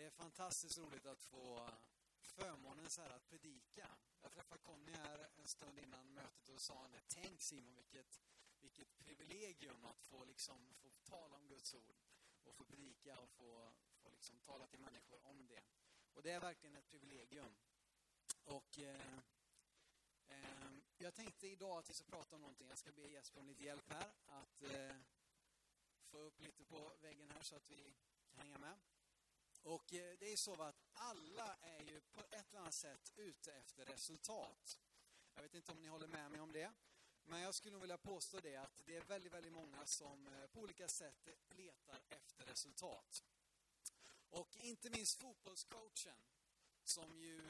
är fantastiskt roligt att få förmånen så här att predika. Jag träffade Conny här en stund innan mötet och sa han, tänk Simon vilket privilegium att få tala om Guds ord och få predika och få tala till människor om det. Och det är verkligen ett privilegium. Och jag tänkte idag att vi ska prata om någonting. Jag ska be Jesper om lite hjälp här att få upp lite på väggen här så att vi kan hänga med. Och det är så att alla är ju på ett eller annat sätt ute efter resultat. Jag vet inte om ni håller med mig om det. Men jag skulle nog vilja påstå det att det är väldigt, väldigt många som på olika sätt letar efter resultat. Och inte minst fotbollscoachen som ju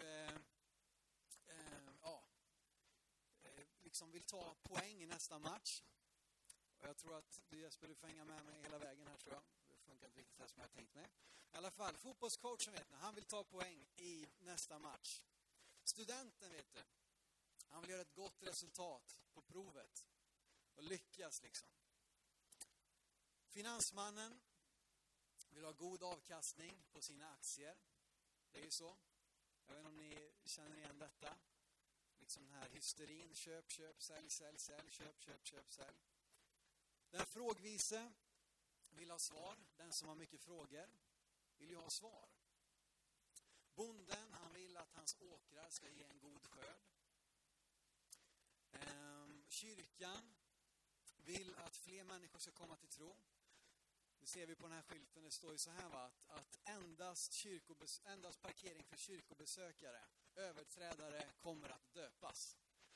vill ta poäng i nästa match. Och jag tror att du Jesper, du får hänga med mig hela vägen här tror jag. Det funkar inte riktigt här som jag tänkt mig. I alla fall, fotbollscoachen vet ni, han vill ta poäng i nästa match. Studenten vet du, han vill göra ett gott resultat på provet. Och lyckas liksom. Finansmannen vill ha god avkastning på sina aktier. Det är ju så. Jag vet inte om ni känner igen detta. Liksom den här hysterin. Köp, sälj, köp, sälj. Den frågvise vill ha svar. Den som har mycket frågor vill ju ha svar. Bonden, han vill att hans åkrar ska ge en god skörd. Kyrkan vill att fler människor ska komma till tro. Det ser vi på den här skylten. Det står ju så här att endast parkering för kyrkobesökare, överträdare kommer att döpas.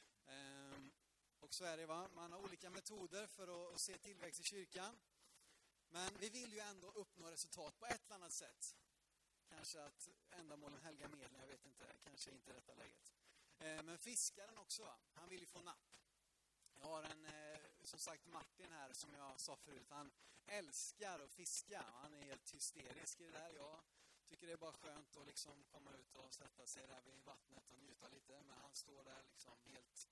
Och så är det man har olika metoder för att se tillväxt i kyrkan. Men vi vill ju ändå uppnå resultat på ett eller annat sätt. Kanske att ändamålen helga medlen, jag vet inte, kanske inte i detta läget. Men fiskaren också, han vill ju få napp. Jag har som sagt Martin här som jag sa förut. Han älskar att fiska. Han är helt hysterisk i det där. Jag tycker det är bara skönt att komma ut och sätta sig där vid vattnet och njuta lite. Men han står där helt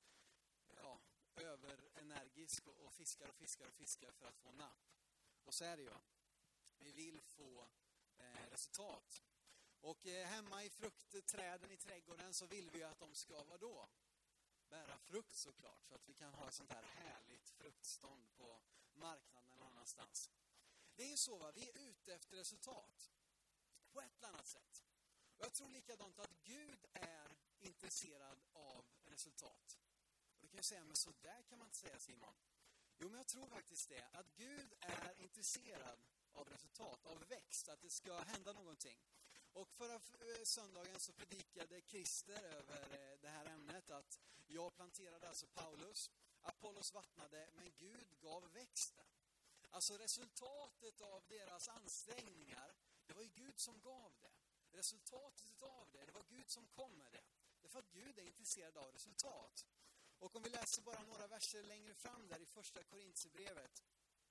överenergisk och fiskar för att få napp. Och så är det ju. Vi vill få resultat. Och hemma i fruktträden i trädgården så vill vi att de ska vara då. Bära frukt såklart, så att vi kan ha ett sånt här härligt fruktstånd på marknaden eller annanstans. Det är ju så vi är ute efter resultat på ett eller annat sätt. Och jag tror likadant att Gud är intresserad av resultat. Och du kan ju säga, men så där kan man inte säga Simon. Jo, men jag tror faktiskt det, att Gud är intresserad av resultat, av växt, att det ska hända någonting. Och förra söndagen så predikade Christer över det här ämnet att jag planterade alltså Paulus, Apollos vattnade, men Gud gav växten. Alltså resultatet av deras ansträngningar, det var ju Gud som gav det. Resultatet av det var Gud som kom med det. Därför att Gud är intresserad av resultat. Och om vi läser bara några verser längre fram där i första Korinthierbrevet,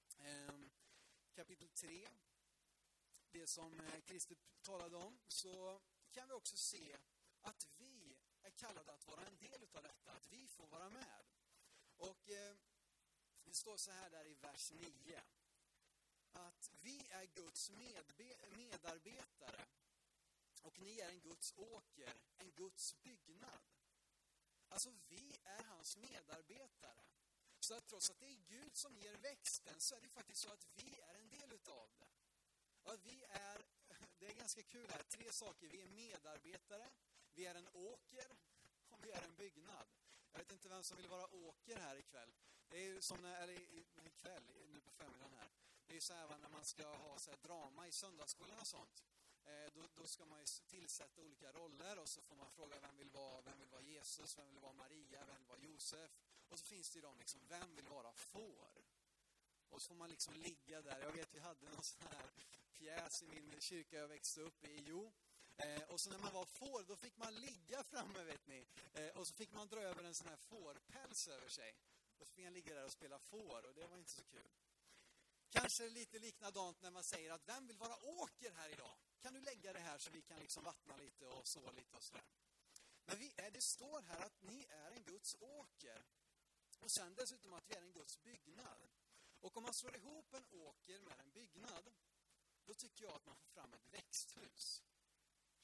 kapitel 3, det som Kristus talade om, så kan vi också se att vi är kallade att vara en del av detta, att vi får vara med. Och det står så här där i vers 9, att vi är Guds medarbetare och ni är en Guds åker, en Guds byggnad. Alltså vi är hans medarbetare. Så att trots att det är Gud som ger växten så är det faktiskt så att vi är en del utav det. Och det är ganska kul här, 3 saker. Vi är medarbetare, vi är en åker och vi är en byggnad. Jag vet inte vem som vill vara åker här ikväll. Det är ju som ikväll, nu på förmiddagen här. Det är ju så här när man ska ha så här drama i söndagsskolan och sånt. Då ska man ju tillsätta olika roller och så får man fråga vem vill vara Jesus, vem vill vara Maria, vem vill vara Josef. Och så finns det ju vem vill vara får? Och så får man ligga där. Jag vet vi hade någon sån här pjäs i min kyrka jag växte upp i Jo. Och så när man var får, då fick man ligga framme vet ni. Och så fick man dra över en sån här fårpäls över sig. Och så fick man ligga där och spela får och det var inte så kul. Kanske lite likadant när man säger att vem vill vara åker här idag? Kan du lägga det här så vi kan vattna lite och så lite och sådär. Men det står här att ni är en Guds åker. Och sen dessutom att vi är en Guds byggnad. Och om man slår ihop en åker med en byggnad, då tycker jag att man får fram ett växthus.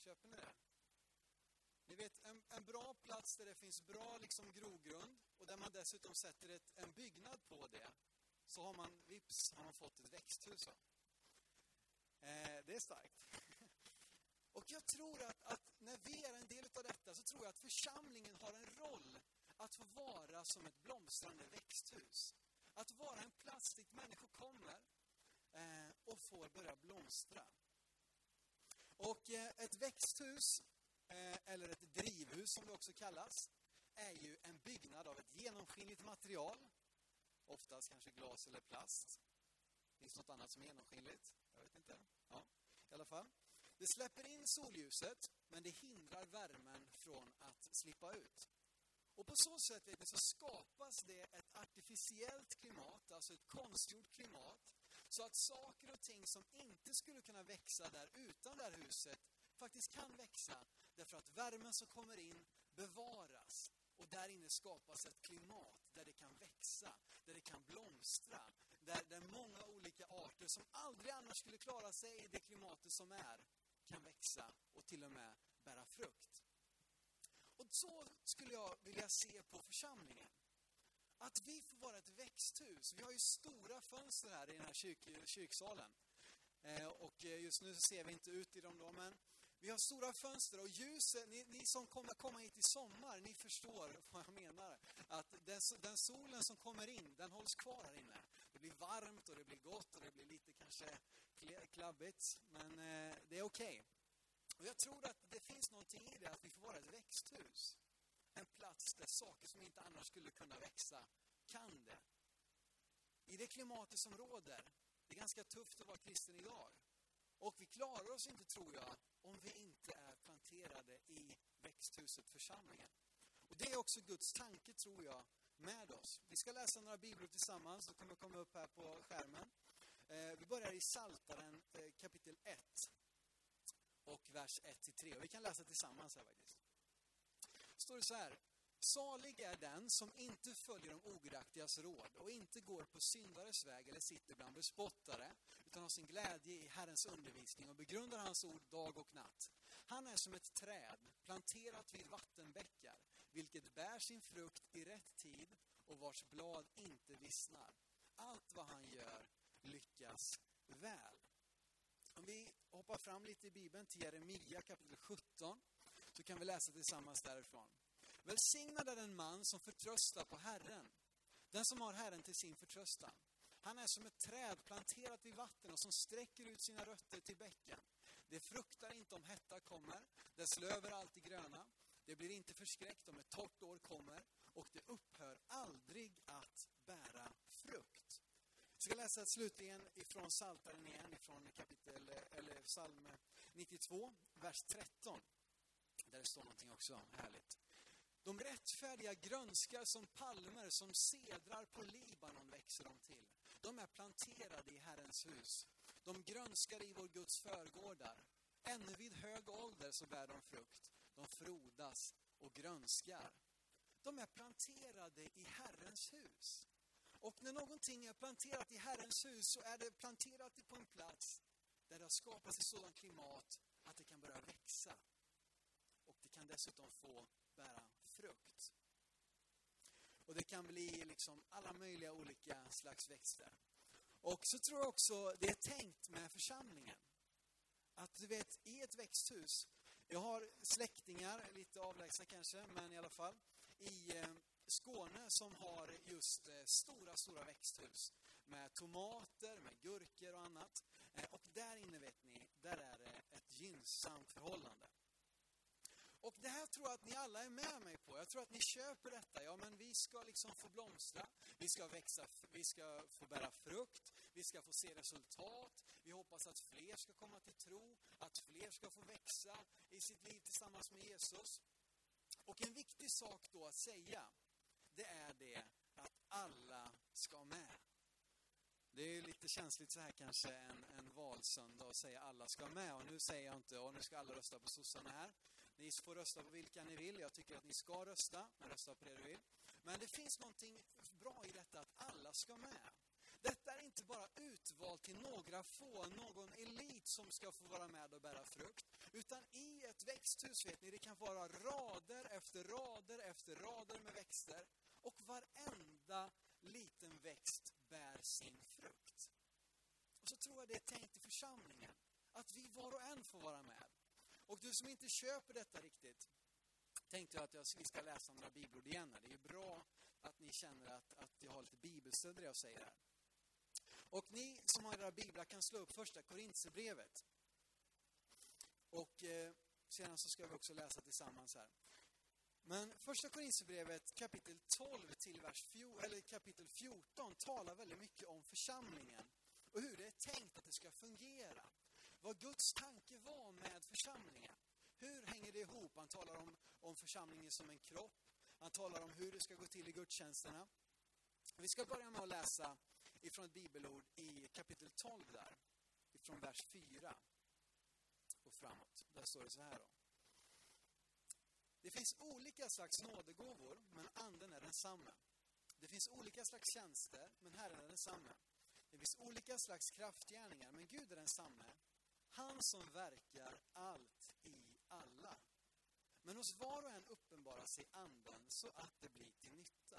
Köper ni det? Ni vet, en bra plats där det finns bra liksom grogrund och där man dessutom sätter en byggnad på det, så har man fått ett växthus. Det är starkt. Och jag tror att när vi är en del av detta, så tror jag att församlingen har en roll att få vara som ett blomstrande växthus. Att vara en plats dit människor kommer och får börja blomstra. Och ett växthus, eller ett drivhus som det också kallas, är ju en byggnad av ett genomskinligt material. Oftast kanske glas eller plast. Finns det något annat som är genomskinligt? Jag vet inte. Ja, i alla fall. Det släpper in solljuset, men det hindrar värmen från att slippa ut. Och på så sätt så skapas det ett artificiellt klimat, alltså ett konstgjort klimat, så att saker och ting som inte skulle kunna växa där utan det här huset faktiskt kan växa, därför att värmen som kommer in bevaras. Och där inne skapas ett klimat där det kan växa, där det kan blomstra, där många olika arter som aldrig annars skulle klara sig i det klimatet som är, kan växa och till och med bära frukt. Och så skulle jag vilja se på församlingen. Att vi får vara ett växthus. Vi har ju stora fönster här i den här kyrksalen. Och just nu ser vi inte ut i dem då, men vi har stora fönster och ljuset, ni som kommer komma hit i sommar, ni förstår vad jag menar. Att den solen som kommer in, den hålls kvar här inne. Det blir varmt och det blir gott och det blir lite kanske klabbigt, men det är okej. Och jag tror att det finns någonting i det, att vi får vara ett växthus. En plats där saker som inte annars skulle kunna växa, kan det. I det klimatet som råder, det är ganska tufft att vara kristen idag. Och vi klarar oss inte, tror jag, om vi inte är planterade i växthuset församlingen. Och det är också Guds tanke, tror jag, med oss. Vi ska läsa några bibelord tillsammans, som kommer komma upp här på skärmen. Vi börjar i Psaltaren kapitel 1 och vers 1-3. Och vi kan läsa tillsammans här faktiskt. Står det så här: salig är den som inte följer de ogudaktigas råd och inte går på syndares väg eller sitter bland bespottare, utan har sin glädje i Herrens undervisning och begrundar hans ord dag och natt. Han är som ett träd planterat vid vattenbäckar, vilket bär sin frukt i rätt tid och vars blad inte vissnar. Allt vad han gör lyckas väl. Om vi hoppar fram lite i Bibeln till Jeremia kapitel 17, så kan vi läsa tillsammans därifrån. Välsignad är den man som förtröstar på Herren, den som har Herren till sin förtröstan. Han är som ett träd planterat vid vatten och som sträcker ut sina rötter till bäcken. Det fruktar inte om hetta kommer, dess löv är alltid gröna. Det blir inte förskräckt om ett torrt år kommer, och det upphör aldrig att bära frukt. Jag ska läsa slutligen ifrån Psaltaren igen, ifrån psalm 92, vers 13. Där det står någonting också härligt. De rättfärdiga grönskar som palmer, som cedrar på Libanon växer de till. De är planterade i Herrens hus. De grönskar i vår Guds förgårdar. Ännu vid hög ålder så bär de frukt. De frodas och grönskar. De är planterade i Herrens hus. Och när någonting är planterat i Herrens hus, så är det planterat på en plats där det har skapats ett sådant klimat att det kan börja växa. Och det kan dessutom få bära frukt. Och det kan bli liksom alla möjliga olika slags växter. Och så tror jag också det är tänkt med församlingen. Att du vet, i ett växthus, jag har släktingar, lite avlägsna kanske, men i alla fall, i Skåne som har just stora växthus. Med tomater, med gurkor och annat. Och där inne, vet ni, där är det ett gynnsamt förhållande. Och det här tror jag att ni alla är med mig på. Jag tror att ni köper detta. Ja, men vi ska liksom få blomstra. Vi ska växa, vi ska få bära frukt. Vi ska få se resultat. Vi hoppas att fler ska komma till tro. Att fler ska få växa i sitt liv tillsammans med Jesus. Och en viktig sak då att säga, det är det att alla ska med. Det är lite känsligt så här kanske en valsöndag och säga alla ska med. Och nu säger jag inte, och nu ska alla rösta på sossarna här. Ni får rösta på vilka ni vill. Jag tycker att ni ska rösta, men rösta på det du vill. Men det finns någonting bra i detta att alla ska med. Detta är inte bara utvalt till några få, någon elit som ska få vara med och bära frukt. Utan i ett växthus, vet ni, det kan vara rader efter rader efter rader med växter. Och varenda liten växt bär sin frukt. Och så tror jag det är tänkt i församlingen. Att vi var och en får vara med. Och du som inte köper detta riktigt, tänkte jag att vi ska läsa några bibelord igen. Det är ju bra att ni känner att jag har lite bibelstöd jag säger här. Och ni som har era biblar kan slå upp första Korinthierbrevet. Och sedan så ska vi också läsa tillsammans här. Men första Korinthierbrevet kapitel 12 till kapitel 14 talar väldigt mycket om församlingen. Och hur det är tänkt att det ska fungera. Vad Guds tanke var med församlingen. Hur hänger det ihop? Han talar om församlingen som en kropp. Han talar om hur det ska gå till i gudstjänsterna. Vi ska börja med att läsa ifrån ett bibelord i kapitel 12 där. Ifrån vers 4 och framåt. Där står det så här då. Det finns olika slags nådegåvor, men anden är densamma. Det finns olika slags tjänster, men Herren är densamma. Det finns olika slags kraftgärningar, men Gud är densamma. Han som verkar allt i alla. Men hos var och en uppenbarar sig anden så att det blir till nytta.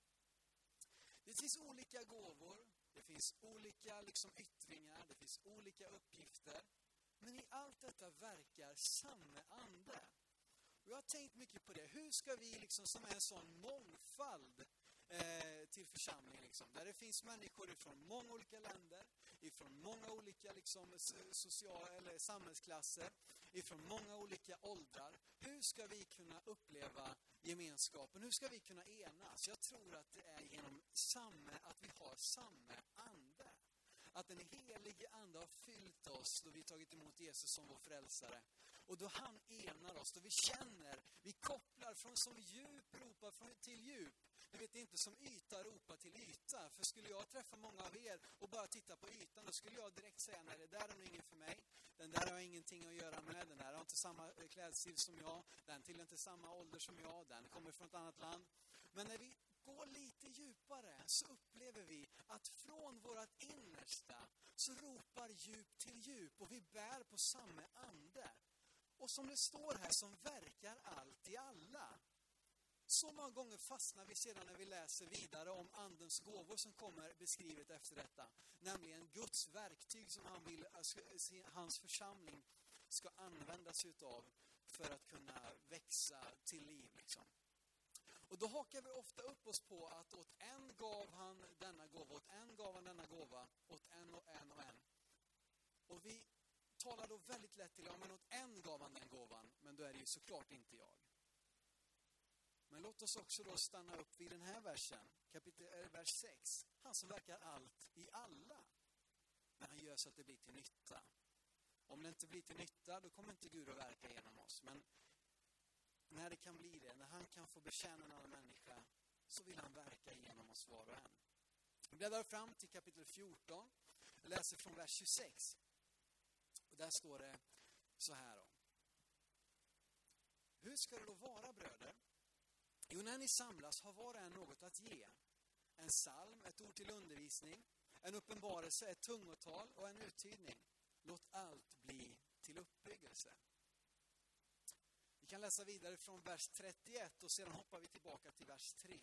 Det finns olika gåvor, det finns olika yttringar, det finns olika uppgifter. Men i allt detta verkar samma ande. Och jag har tänkt mycket på det. Hur ska vi som är en sån mångfald till församling där det finns människor från många olika länder, ifrån många olika sociala eller samhällsklasser, ifrån många olika åldrar. Hur ska vi kunna uppleva gemenskapen? Hur ska vi kunna enas? Jag tror att det är genom att vi har samma ande. Att den helige ande har fyllt oss då vi tagit emot Jesus som vår frälsare. Och då han enar oss, då vi känner, vi kopplar från som djup ropar till djup. Du vet, inte som yta ropar till yta. För skulle jag träffa många av er och bara titta på ytan, då skulle jag direkt säga, nej, det där är nog ingen för mig. Den där har ingenting att göra med, den där har inte samma klädstil som jag, den tillhör inte samma ålder som jag, den kommer från ett annat land. Men när vi går lite djupare så upplever vi att från vårat innersta så ropar djup till djup och vi bär på samma ande. Och som det står här, som verkar allt i alla. Så många gånger fastnar vi sedan när vi läser vidare om andens gåvor som kommer beskrivet efter detta. Nämligen Guds verktyg som han vill hans församling ska använda sig utav för att kunna växa till liv. Och då hakar vi ofta upp oss på att åt en gav han denna gåva, åt en gav han denna gåva, åt en och en och en. Och vi talar då väldigt lätt till, ja men åt en gav han den gåvan, men då är det ju såklart inte jag. Men låt oss också då stanna upp vid den här versen, vers 6. Han som verkar allt i alla, men han gör så att det blir till nytta. Om det inte blir till nytta, då kommer inte Gud att verka genom oss. Men när det kan bli det, när han kan få betjäna en annan människa, så vill han verka genom oss var och en. Vi bläddrar fram till kapitel 14. Jag läser från vers 26. Och där står det så här då. Hur ska det då vara, bröder? Jo, när ni samlas har var och en något att ge. En psalm, ett ord till undervisning, en uppenbarelse, ett tungotal och en uttydning. Låt allt bli till uppbyggelse. Vi kan läsa vidare från vers 31 och sedan hoppar vi tillbaka till vers 3.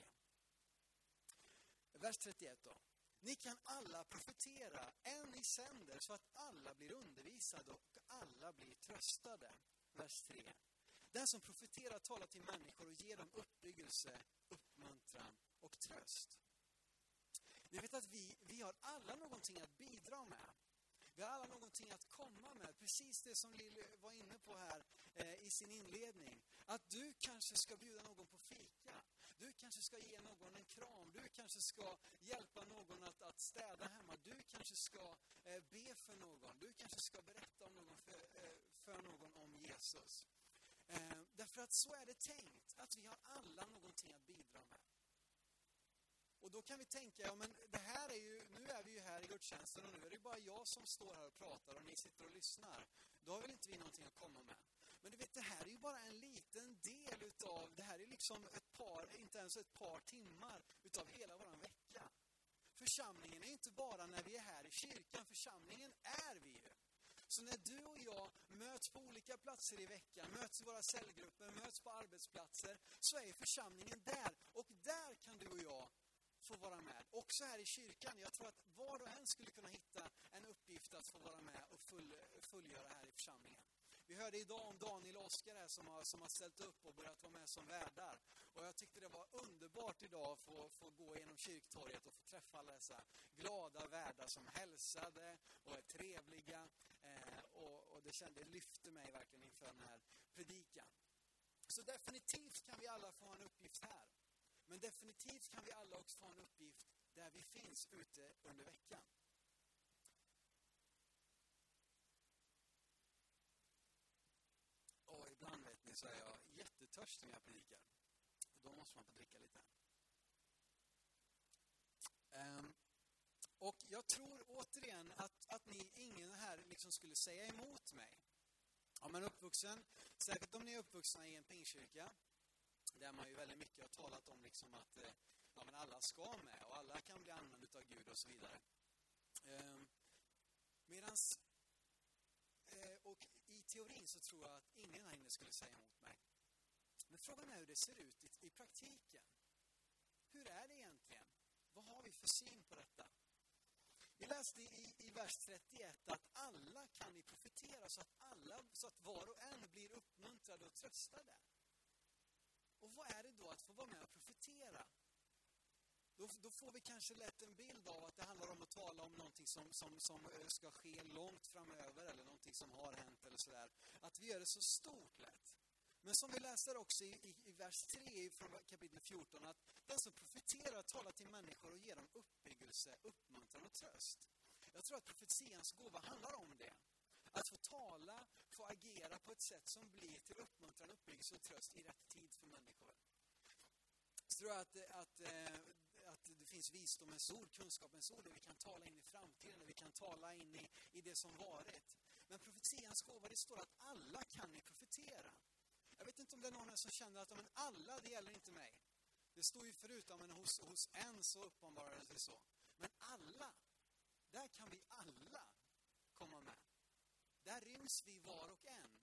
Vers 31 då. Ni kan alla profetera, en i sänder, så att alla blir undervisade och alla blir tröstade. Vers 3. Den som profeterar talar till människor och ger dem uppbyggelse, uppmuntran och tröst. Ni vet att vi har alla någonting att bidra med. Vi har alla någonting att komma med. Precis det som Lill var inne på här i sin inledning. Att du kanske ska bjuda någon på fika. Du kanske ska ge någon en kram. Du kanske ska hjälpa någon att städa hemma. Du kanske ska be för någon. Du kanske ska berätta om någon för någon om Jesus. Därför att så är det tänkt. Att vi har alla någonting att bidra med. Och då kan vi tänka, ja men det här är ju, nu är vi ju här i gudstjänsten och nu är det bara jag som står här och pratar och ni sitter och lyssnar. Då har väl inte vi någonting att komma med. Men du vet, det här är ju bara en liten del utav, det här är liksom inte ens ett par timmar utav hela våran vecka. Församlingen är inte bara när vi är här i kyrkan, församlingen är vi ju. Så när du och jag möts på olika platser i veckan, möts i våra cellgrupper, möts på arbetsplatser, så är församlingen där. Och där kan du och jag få vara med. Också här i kyrkan. Jag tror att var och en skulle kunna hitta en uppgift att få vara med och fullgöra här i församlingen. Vi hörde idag om Daniel och Oskar här som har ställt upp och börjat vara med som värdar. Och jag tyckte det var underbart idag att få gå igenom kyrktorget och få träffa alla dessa glada värdar som hälsade och är trevliga. Och det lyfte mig verkligen inför den här predikan. Så definitivt kan vi alla få en uppgift här. Men definitivt kan vi alla också få en uppgift där vi finns ute under veckan. Och ibland vet ni så är jag jättetörstig när jag predikar. Då måste man få dricka lite. Och jag tror återigen att ingen här liksom skulle säga emot mig. Ja, men uppvuxen, säkert om ni är uppvuxna i en pingkyrka, där man ju väldigt mycket har talat om liksom att ja, men alla ska med och alla kan bli använda av Gud och så vidare. Och i teorin så tror jag att ingen här inne skulle säga emot mig. Men frågan är hur det ser ut i praktiken. Hur är det egentligen? Vad har vi för syn på detta? Vi läste i vers 31 att alla kan ni profetera så att var och en blir uppmuntrade och tröstade. Och vad är det då att få vara med och profetera? Då får vi kanske lätt en bild av att det handlar om att tala om någonting som ska ske långt framöver eller någonting som har hänt eller sådär. Att vi gör det så stort lätt. Men som vi läser också i vers 3 från kapitel 14 att den som profeterar talar till människor och ger dem uppbyggelse, uppmuntran och tröst. Jag tror att profetians gåva handlar om det. Att få tala, få agera på ett sätt som blir till uppmuntran, uppbyggelse och tröst i rätt tid för människor. Så tror jag att det finns visdomens ord, kunskapens ord, där vi kan tala in i framtiden, där vi kan tala in i det som varit. Men profetians gåva, det står att alla kan ni profetera. Jag vet inte om det är någon som känner att men alla, det gäller inte mig. Det står ju förutom men hos en så uppenbarar det sig så. Men alla, där kan vi alla komma med. Där ryms vi var och en.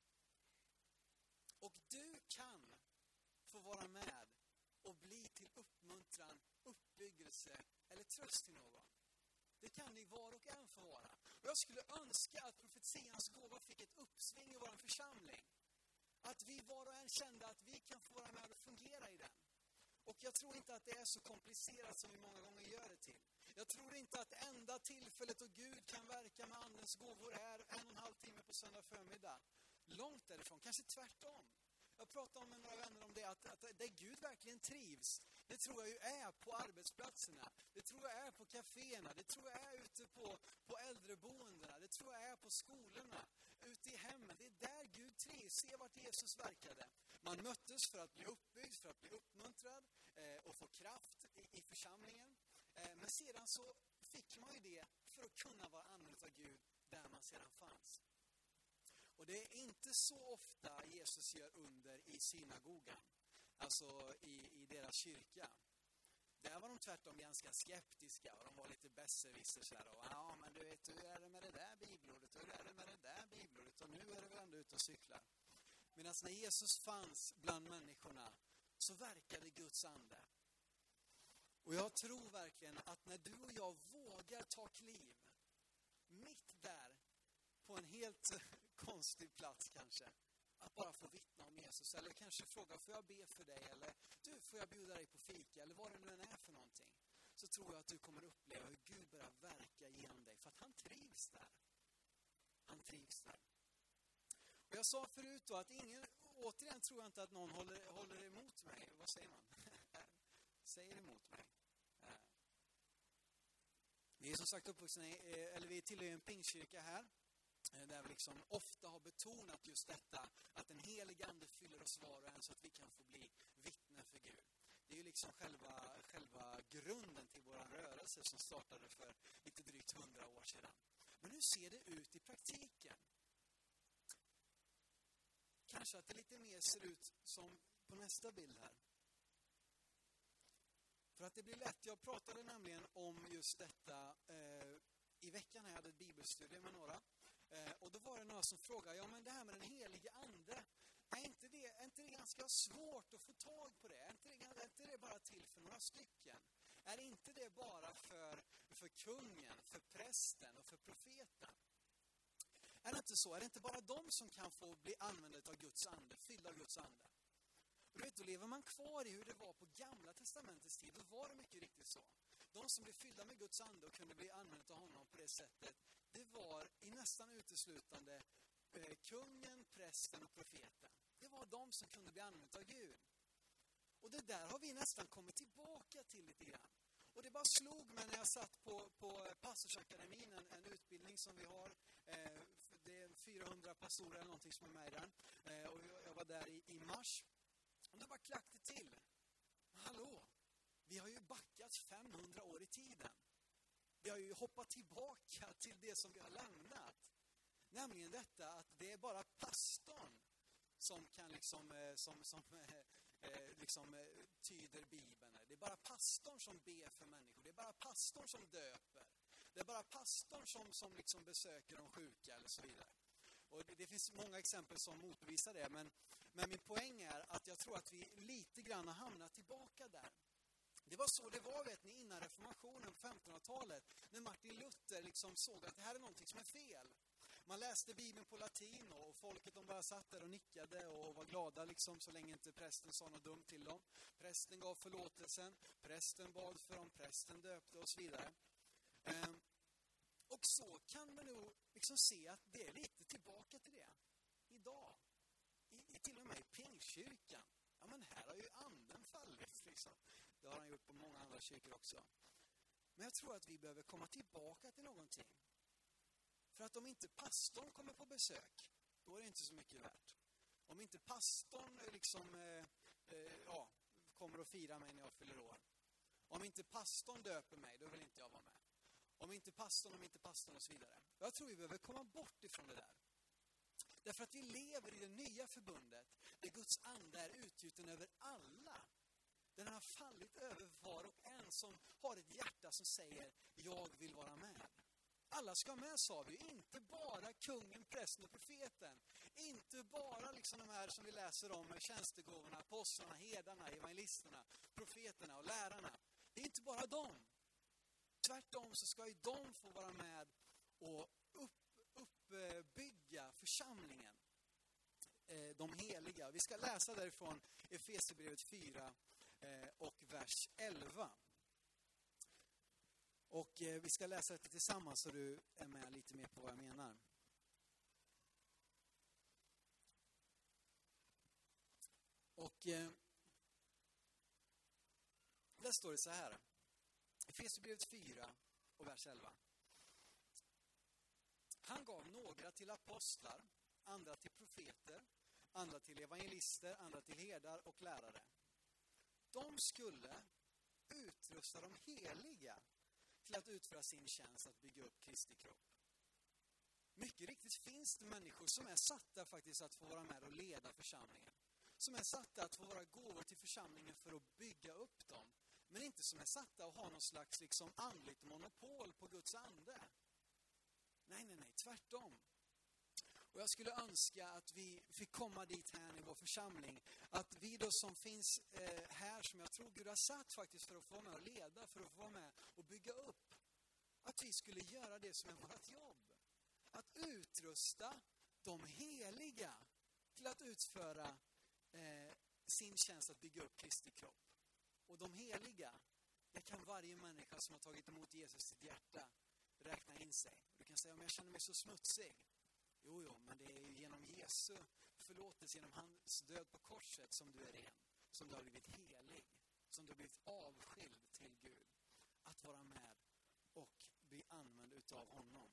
Och du kan få vara med och bli till uppmuntran, uppbyggelse eller tröst till någon. Det kan ni var och en få vara. Och jag skulle önska att profetians gåva fick ett uppsving i vår församling. Att vi var och en kände att vi kan få vara med och fungera i den. Och jag tror inte att det är så komplicerat som vi många gånger gör det till. Jag tror inte att enda tillfället då Gud kan verka med andens gåvor är 1,5 timme på söndag förmiddag. Långt därifrån, kanske tvärtom. Jag pratade med några vänner om det, att där Gud verkligen trivs, det tror jag ju är på arbetsplatserna. Det tror jag är på kaféerna. Det tror jag är ute på äldreboendena. Det tror jag är på skolorna. Ute i hemmen. Det är där Gud trivs. Se vart Jesus verkade. Man möttes för att bli uppbyggd, för att bli uppmuntrad och få kraft i församlingen. Men sedan så fick man ju det för att kunna vara använd av Gud där man sedan fanns. Och det är inte så ofta Jesus gör under i synagogan. Alltså i deras kyrka. Där var de tvärtom ganska skeptiska och de var lite besserwisser sådär. Och ja, men du vet, hur är det med det där bibelordet? Hur är det med det där bibelordet? Och nu är det väl ändå ute och cyklar. Medan när Jesus fanns bland människorna så verkade Guds ande. Och jag tror verkligen att när du och jag vågar ta kliv mitt där på en helt konstig plats kanske, att bara få vittna om Jesus, eller kanske fråga, får jag be för dig, eller du, får jag bjuda dig på fika, eller vad det nu än är för någonting, så tror jag att du kommer uppleva hur Gud börjar verka genom dig, för att han trivs där. Han trivs där. Och jag sa förut då att återigen tror jag inte att någon håller emot mig. Vad säger man? Säger emot mig. Vi är som sagt uppvuxna vi tillhör en pingkyrka här. Där vi liksom ofta har betonat just detta, att den heliga ande fyller oss var och en så att vi kan få bli vittnen för Gud. Det är ju liksom själva grunden till vår rörelse som startade för lite drygt 100 år sedan. Men hur ser det ut i praktiken? Kanske att det lite mer ser ut som på nästa bild här. För att det blir lätt, jag pratade nämligen om just detta i veckan. Jag hade ett bibelstudie med några. Och då var det några som frågade, ja men det här med den helige ande, är inte det ganska svårt att få tag på det? Är inte det bara till för några stycken? Är inte det bara för kungen, för prästen och för profeten? Är det inte så? Är det inte bara de som kan få bli använda av Guds ande, fyllda av Guds ande? Och då lever man kvar i hur det var på gamla testamentets tid. Då var det mycket riktigt så. De som blev fyllda med Guds ande och kunde bli använda av honom på det sättet, det var i nästan uteslutande kungen, prästen och profeten. Det var de som kunde bli använda av Gud. Och det där har vi nästan kommit tillbaka till lite grann. Och det bara slog mig när jag satt på Pastorsakademin, en utbildning som vi har. Det är 400 pastorer eller någonting som är med i den. Och jag var där i mars. Och det bara klackade till. Hallå, vi har ju backat 500 år i tiden. Vi har ju hoppat tillbaka till det som vi har lämnat. Nämligen detta att det är bara pastorn som kan tyder Bibeln. Det är bara pastorn som ber för människor. Det är bara pastorn som döper. Det är bara pastorn som besöker de sjuka eller så vidare. Och det finns många exempel som motbevisar det. Men min poäng är att jag tror att vi lite grann har hamnat tillbaka där. Det var så det var, vet ni, innan reformationen på 1500-talet. När Martin Luther såg att det här är någonting som är fel. Man läste Bibeln på latin och folket de bara satt där och nickade och var glada så länge inte prästen sa något dumt till dem. Prästen gav förlåtelsen, prästen bad för dem, prästen döpte och så vidare. Och så kan man nog se att det är lite tillbaka till det idag. Till och med i Pingstkyrkan. Ja, men här har ju anden fallit. Det har han gjort på många andra kyrkor också. Men jag tror att vi behöver komma tillbaka till någonting. För att om inte pastorn kommer på besök, då är det inte så mycket värt. Om inte pastorn kommer att fira mig när jag fyller år. Om inte pastorn döper mig, då vill inte jag vara med. Om inte pastorn och så vidare. Jag tror vi behöver komma bort ifrån det där. Därför att vi lever i det nya förbundet där Guds ande är utgjuten över alla. Den har fallit över var och en som har ett hjärta som säger, jag vill vara med. Alla ska med, sa vi. Inte bara kungen, prästen och profeten. Inte bara de här som vi läser om, tjänstegåvorna, apostlarna, herdarna, evangelisterna, profeterna och lärarna. Det är inte bara dem. Tvärtom så ska ju de få vara med och uppbygga församlingen. De heliga. Vi ska läsa därifrån Efesierbrevet 4 och vers 11. Och vi ska läsa det tillsammans så du är med lite mer på vad jag menar. Och där står det så här. Efesierbrevet 4 och vers 11. Han gav några till apostlar, andra till profeter, andra till evangelister, andra till herdar och lärare. De skulle utrusta de heliga till att utföra sin tjänst att bygga upp Kristi kropp. Mycket riktigt finns det människor som är satta faktiskt att få vara med och leda församlingen. Som är satta att få vara gåvor till församlingen för att bygga upp dem. Men inte som är satta att ha någon slags andligt monopol på Guds ande. Nej, tvärtom. Och jag skulle önska att vi fick komma dit här i vår församling. Att vi då som finns här, som jag tror Gud har satt faktiskt för att få vara med och leda, för att få vara med och bygga upp. Att vi skulle göra det som är vårt jobb. Att utrusta de heliga till att utföra sin tjänst att bygga upp Kristi kropp. Och de heliga, det kan varje människa som har tagit emot Jesus i sitt hjärta räkna in sig. Du kan säga, om jag känner mig så smutsig. Jo, men det är ju genom Jesu förlåtelse, genom hans död på korset som du är ren. Som du har blivit helig. Som du har blivit avskild till Gud. Att vara med och bli använd utav honom.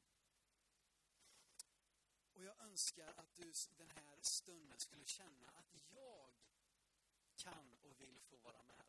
Och jag önskar att du den här stunden skulle känna att jag kan och vill få vara med.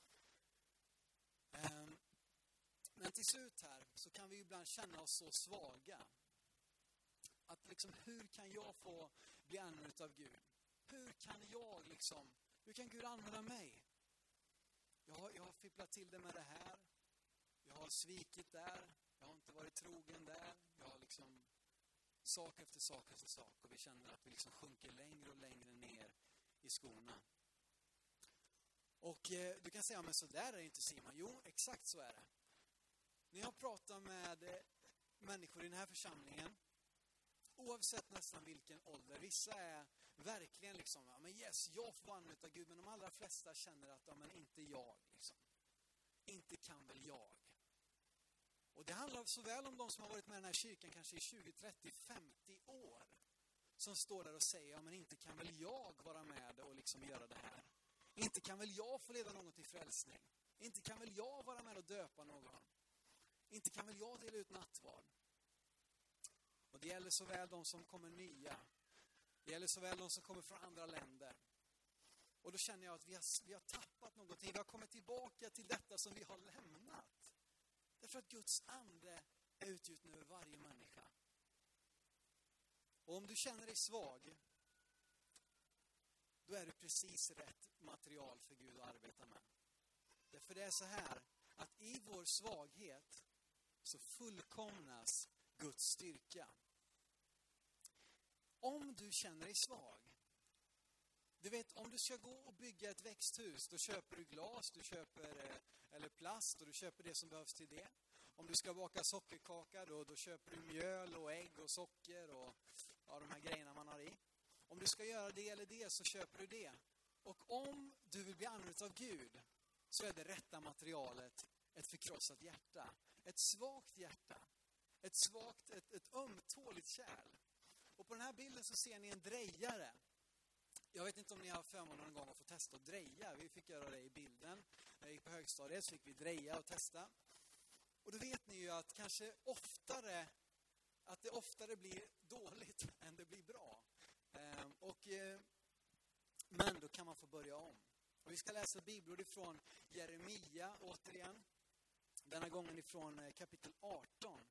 Men till slut här så kan vi ibland känna oss så svaga. Att hur kan jag få bli använd av Gud? Hur kan Gud använda mig? Jag har fipplat till det med det här. Jag har svikit där. Jag har inte varit trogen där. Jag har sak efter sak efter sak. Och vi känner att vi liksom sjunker längre och längre ner i skorna. Och du kan säga, men så där är det inte, Simon. Jo, exakt så är det. När jag pratar med människor i den här församlingen, oavsett nästan vilken ålder, vissa är verkligen liksom, ja, men yes, jag får vara använd av Gud, men de allra flesta känner att, ja, men inte jag liksom. Inte kan väl jag. Och det handlar såväl om de som har varit med i den här kyrkan kanske i 20, 30, 50 år, som står där och säger, ja, men inte kan väl jag vara med och liksom göra det här. Inte kan väl jag få leda någon till frälsning. Inte kan väl jag vara med och döpa någon. Inte kan väl jag dela ut nattvard. Och det gäller såväl de som kommer nya. Det gäller såväl de som kommer från andra länder. Och då känner jag att vi har tappat någonting. Vi har kommit tillbaka till detta som vi har lämnat. Därför att Guds ande är utgjuten över varje människa. Och om du känner dig svag, då är det precis rätt material för Gud att arbeta med. Därför det är så här, att i vår svaghet så fullkomnas Guds styrka. Om du känner dig svag, du vet, om du ska gå och bygga ett växthus, då köper du glas, du köper eller plast och du köper det som behövs till det. Om du ska baka sockerkaka, då köper du mjöl och ägg och socker och de här grejerna man har i. Om du ska göra det eller det så köper du det. Och om du vill bli använd av Gud så är det rätta materialet ett förkrossat hjärta. Ett svagt hjärta. Ett ömtåligt kärl. Och på den här bilden så ser ni en drejare. Jag vet inte om ni har haft förmånen någon gång att få testa att dreja. Vi fick göra det i bilden. När jag gick på högstadiet så fick vi dreja och testa. Och då vet ni ju att det oftare blir dåligt än det blir bra. Men då kan man få börja om. Och vi ska läsa bibelord ifrån Jeremia återigen. Denna gången ifrån kapitel 18.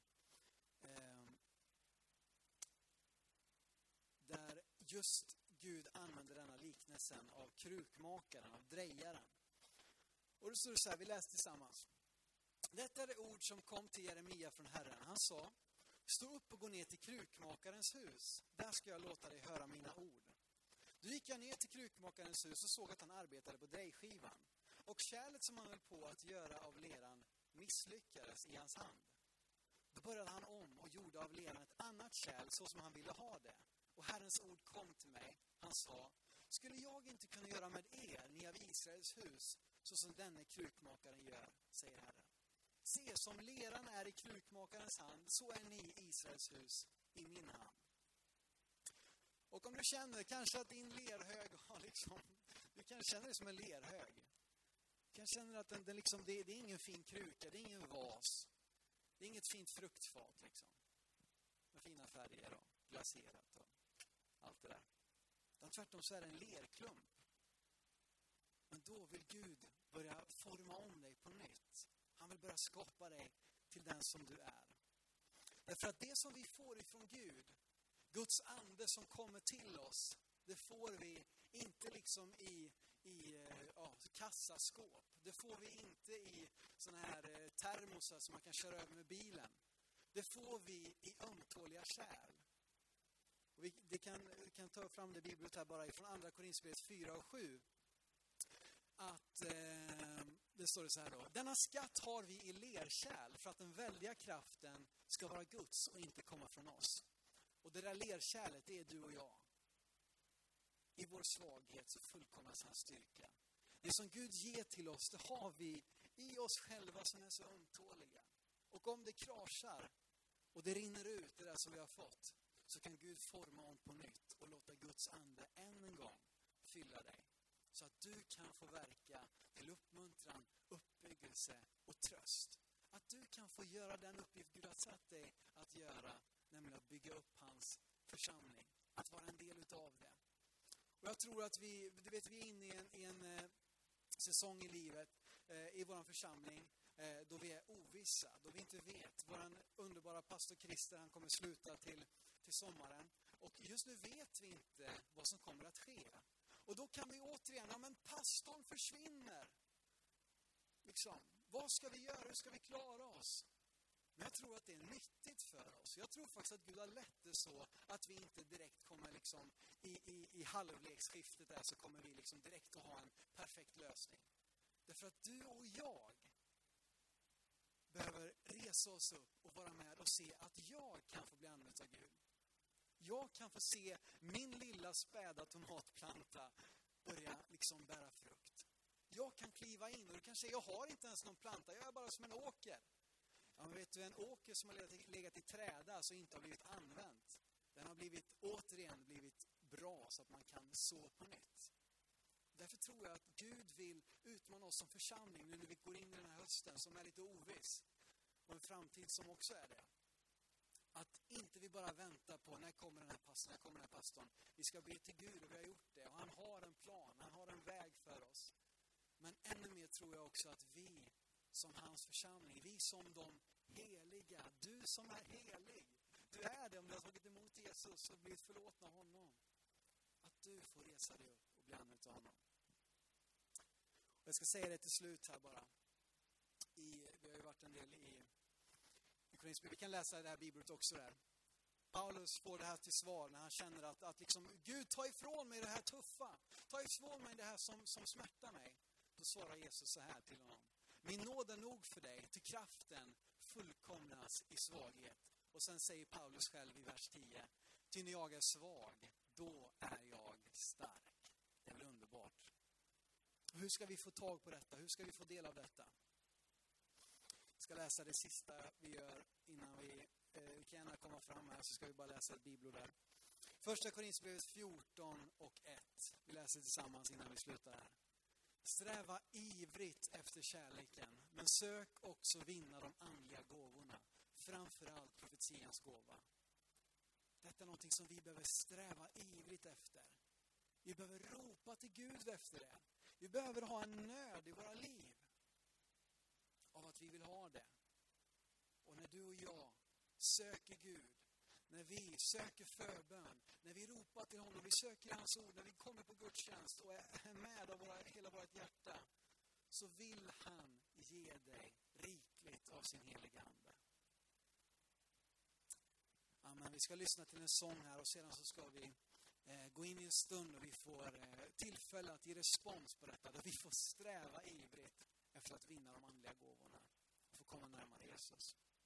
Där just Gud använder denna liknelsen av krukmakaren, av drejaren. Och då står det så här, vi läser tillsammans. Detta är det ord som kom till Jeremia från Herren. Han sa, stå upp och gå ner till krukmakarens hus. Där ska jag låta dig höra mina ord. Då gick jag ner till krukmakarens hus och såg att han arbetade på drejskivan. Och kärlet som han höll på att göra av leran misslyckades i hans hand. Då började han om och gjorde av leran ett annat kärl så som han ville ha det. Och Herrens ord kom till mig. Han sa, skulle jag inte kunna göra med er, ni av Israels hus, så som denne krukmakaren gör, säger Herren. Se, som leran är i krukmakarens hand, så är ni i Israels hus i min hand. Och om du känner kanske att din lerhög har du kan känna det som en lerhög. Du kan känna att det är ingen fin kruka, det är ingen vas. Det är inget fint fruktfat med fina färger och glaserat och allt det där. Utan tvärtom så är det en lerklump. Men då vill Gud börja forma om dig på nytt. Han vill börja skapa dig till den som du är. Därför att det som vi får ifrån Gud, Guds ande som kommer till oss, det får vi inte i kassaskåp. Det får vi inte i såna här termosar som man kan köra över med bilen. Det får vi i ömtåliga kärl. Och vi kan ta fram det bibelordet här bara ifrån andra Korinthierbrevet 4 och 7. Att det står det så här då. Denna skatt har vi i lerkärl för att den väldiga kraften ska vara Guds och inte komma från oss. Och det där lerkärlet, det är du och jag. I vår svaghet så fullkomnas hans styrka. Det som Gud ger till oss, det har vi i oss själva som är så ömtåliga. Och om det kraschar och det rinner ut det där som vi har fått, så kan Gud forma om på nytt och låta Guds ande än en gång fylla dig. Så att du kan få verka till uppmuntran, uppbyggelse och tröst. Att du kan få göra den uppgift Gud har satt dig att göra, nämligen att bygga upp hans församling. Att vara en del utav det. Och jag tror att vi är inne i en säsong i livet, i vår församling, då vi är ovissa, då vi inte vet. Vår underbara pastor Christer, han kommer sluta till sommaren. Och just nu vet vi inte vad som kommer att ske. Och då kan vi återigen, men pastorn försvinner. Vad ska vi göra? Hur ska vi klara oss? Men jag tror att det är nyttigt för oss. Jag tror faktiskt att Gud har lett det så att vi inte direkt kommer liksom i halvleksskiftet där så kommer vi liksom direkt att ha en perfekt lösning. Därför att du och jag behöver resa oss upp och vara med och se att jag kan få bli använd av Gud. Jag kan få se min lilla späda tomatplanta börja liksom bära frukt. Jag kan kliva in och du kan säga, jag har inte ens någon planta, jag är bara som en åker. Ja, men vet du, en åker som har legat i träda, alltså inte har blivit använt. Den har återigen blivit bra så att man kan så på nytt. Därför tror jag att Gud vill utmana oss som församling nu när vi går in i den här hösten som är lite oviss. Och en framtid som också är det. Att inte vi bara väntar på när kommer den här pastorn. Vi ska be till Gud och vi har gjort det. Och han har en plan, han har en väg för oss. Men ännu mer tror jag också att vi som hans församling, vi som de heliga, du som är helig. Du är det om du har tagit emot Jesus och blivit förlåten av honom. Att du får resa dig upp och bli använd av honom. Och jag ska säga det till slut här bara. Vi har ju varit en del i Korinthierbrevet. Vi kan läsa det här bibelordet också där. Paulus får det här till svar när han känner att liksom, Gud, ta ifrån mig det här tuffa. Ta ifrån mig det här som smärtar mig. Då svarar Jesus så här till honom. Min nåd är nog för dig, till kraften fullkomnas i svaghet. Och sen säger Paulus själv i vers 10. Ty när jag är svag, då är jag stark. Det är väl underbart. Hur ska vi få tag på detta? Hur ska vi få del av detta? Jag ska läsa det sista vi gör innan vi kan gärna komma fram här, så ska vi bara läsa ett bibelord där. Första Korinthierbrevet 14 och 1. Vi läser tillsammans innan vi slutar här. Sträva ivrigt efter kärleken, men sök också vinna de andliga gåvorna, framförallt profetians gåva. Detta är någonting som vi behöver sträva ivrigt efter. Vi behöver ropa till Gud efter det. Vi behöver ha en nöd i våra liv av att vi vill ha det. Och när du och jag söker Gud, när vi söker förbön, när vi ropar till honom, vi söker hans ord, när vi kommer på gudstjänst och är med av hela vårt hjärta, så vill han ge dig rikligt av sin heliga ande. Amen. Vi ska lyssna till en sång här och sedan så ska vi gå in i en stund och vi får tillfälle att ge respons på detta. Där vi får sträva ivrigt efter att vinna de andliga gåvorna och få komma närmare Jesus.